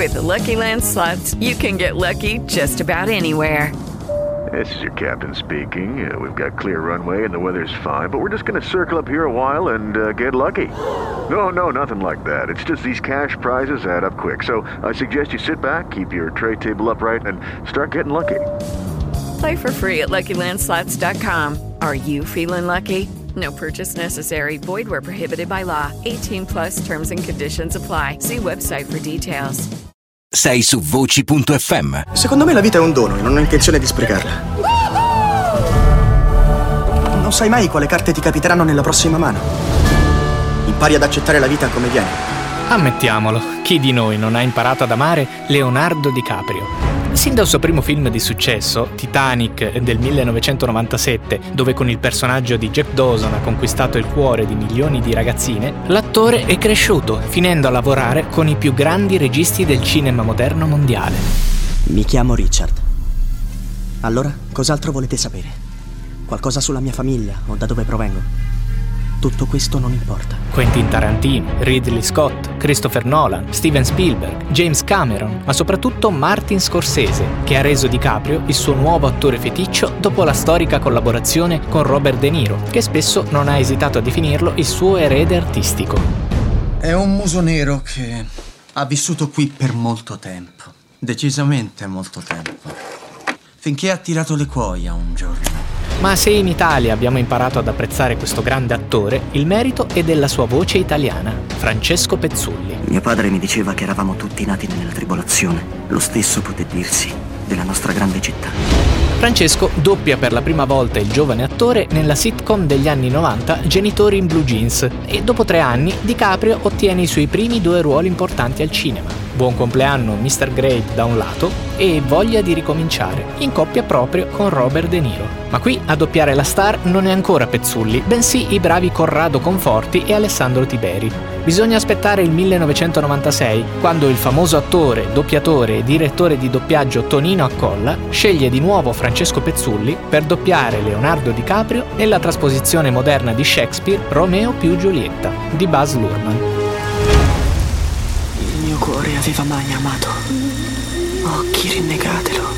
With the Lucky Land Slots, you can get lucky just about anywhere. This is your captain speaking. We've got clear runway and the weather's fine, but we're just going to circle up here a while and get lucky. No, nothing like that. It's just these cash prizes add up quick. So I suggest you sit back, keep your tray table upright, and start getting lucky. Play for free at LuckyLandSlots.com. Are you feeling lucky? No purchase necessary. Void where prohibited by law. 18 plus terms and conditions apply. See website for details. Sei su Voci.fm. Secondo me la vita è un dono e non ho intenzione di sprecarla. Non sai mai quale carte ti capiteranno nella prossima mano. Impari ad accettare la vita come viene. Ammettiamolo, chi di noi non ha imparato ad amare Leonardo DiCaprio? Sin dal suo primo film di successo, Titanic del 1997, dove con il personaggio di Jack Dawson ha conquistato il cuore di milioni di ragazzine, l'attore è cresciuto, finendo a lavorare con i più grandi registi del cinema moderno mondiale. Mi chiamo Richard. Allora, cos'altro volete sapere? Qualcosa sulla mia famiglia o da dove provengo? Tutto questo non importa. Quentin Tarantino, Ridley Scott, Christopher Nolan, Steven Spielberg, James Cameron, ma soprattutto Martin Scorsese, che ha reso DiCaprio il suo nuovo attore feticcio dopo la storica collaborazione con Robert De Niro, che spesso non ha esitato a definirlo il suo erede artistico. È un muso nero che ha vissuto qui per molto tempo, decisamente molto tempo, finché ha tirato le cuoia un giorno. Ma se in Italia abbiamo imparato ad apprezzare questo grande attore, il merito è della sua voce italiana, Francesco Pezzulli. Mio padre mi diceva che eravamo tutti nati nella tribolazione. Lo stesso poté dirsi della nostra grande città. Francesco doppia per la prima volta il giovane attore nella sitcom degli anni 90 Genitori in Blue Jeans e dopo 3 anni DiCaprio ottiene i suoi primi 2 ruoli importanti al cinema. Buon compleanno Mr. Great da un lato e Voglia di ricominciare, in coppia proprio con Robert De Niro. Ma qui a doppiare la star non è ancora Pezzulli, bensì i bravi Corrado Conforti e Alessandro Tiberi. Bisogna aspettare il 1996, quando il famoso attore, doppiatore e direttore di doppiaggio Tonino Accolla sceglie di nuovo Francesco Pezzulli per doppiare Leonardo DiCaprio nella trasposizione moderna di Shakespeare Romeo più Giulietta di Baz Luhrmann. Il mio cuore aveva mai amato. Occhi, rinnegatelo.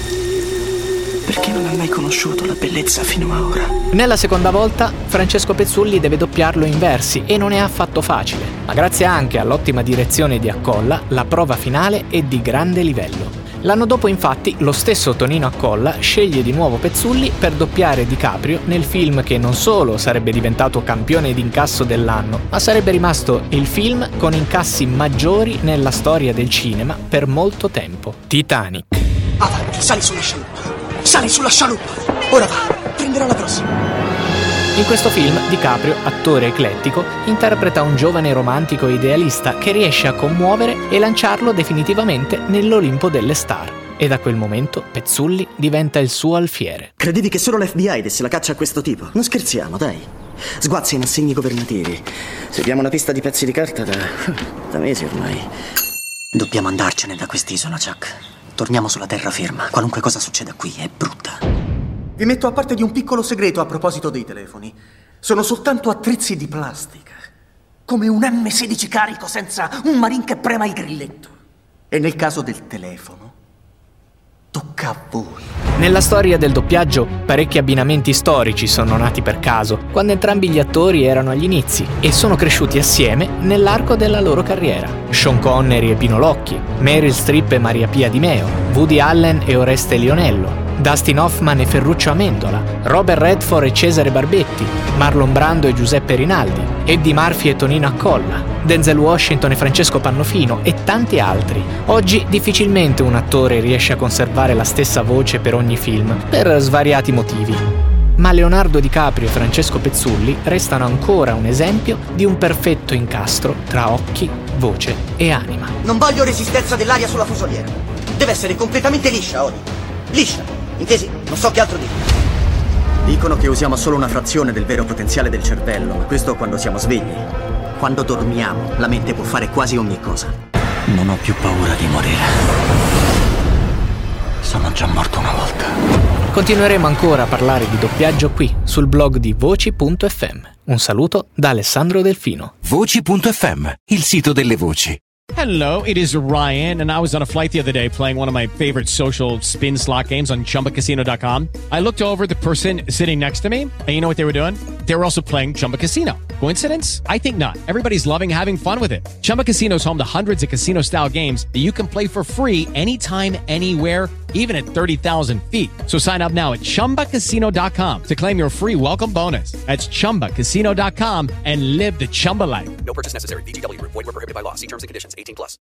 Perché non ha mai conosciuto la bellezza fino a ora? Nella seconda volta Francesco Pezzulli deve doppiarlo in versi e non è affatto facile, ma grazie anche all'ottima direzione di Accolla la prova finale è di grande livello. L'anno dopo infatti lo stesso Tonino Accolla sceglie di nuovo Pezzulli per doppiare DiCaprio nel film che non solo sarebbe diventato campione d'incasso dell'anno, ma sarebbe rimasto il film con incassi maggiori nella storia del cinema per molto tempo, Titanic. Avanti, sali sulla scialuppa. Sali sulla scialuppa. Ora va, prenderò la prossima. In questo film DiCaprio, attore eclettico, interpreta un giovane romantico idealista che riesce a commuovere e lanciarlo definitivamente nell'Olimpo delle star. E da quel momento Pezzulli diventa il suo alfiere. Credevi che solo l'FBI desse la caccia a questo tipo? Non scherziamo, dai. Sguazzi in assegni governativi. Seguiamo una pista di pezzi di carta da mesi ormai. Dobbiamo andarcene da quest'isola, Chuck. Torniamo sulla terraferma. Qualunque cosa succeda qui è brutta. Vi metto a parte di un piccolo segreto a proposito dei telefoni. Sono soltanto attrezzi di plastica. Come un M16 carico senza un marin che prema il grilletto. E nel caso del telefono, tocca a voi. Nella storia del doppiaggio parecchi abbinamenti storici sono nati per caso, quando entrambi gli attori erano agli inizi e sono cresciuti assieme nell'arco della loro carriera. Sean Connery e Pino Locchi, Meryl Streep e Maria Pia Di Meo, Woody Allen e Oreste Lionello, Dustin Hoffman e Ferruccio Amendola, Robert Redford e Cesare Barbetti, Marlon Brando e Giuseppe Rinaldi, Eddie Murphy e Tonino Accolla, Denzel Washington e Francesco Pannofino e tanti altri. Oggi difficilmente un attore riesce a conservare la stessa voce per ogni film, per svariati motivi. Ma Leonardo DiCaprio e Francesco Pezzulli restano ancora un esempio di un perfetto incastro tra occhi, voce e anima. Non voglio resistenza dell'aria sulla fusoliera. Deve essere completamente liscia, Odi. Liscia, intesi? Non so che altro dire. Dicono che usiamo solo una frazione del vero potenziale del cervello, ma questo quando siamo svegli. Quando dormiamo, la mente può fare quasi ogni cosa. Non ho più paura di morire. Sono già morto una volta. Continueremo ancora a parlare di doppiaggio qui, sul blog di Voci.fm. Un saluto da Alessandro Delfino. Voci.fm, il sito delle voci. Hello, it is Ryan, and I was on a flight the other day playing one of my favorite social spin slot games on ChumbaCasino.com. I looked over at the person sitting next to me, and you know what they were doing? They were also playing Chumba Casino. Coincidence? I think not. Everybody's loving having fun with it. Chumba Casino is home to hundreds of casino-style games that you can play for free anytime, anywhere, even at 30,000 feet. So sign up now at ChumbaCasino.com to claim your free welcome bonus. That's ChumbaCasino.com and live the Chumba life. No purchase necessary. VGW. Void where prohibited by law. See terms and conditions. 18+.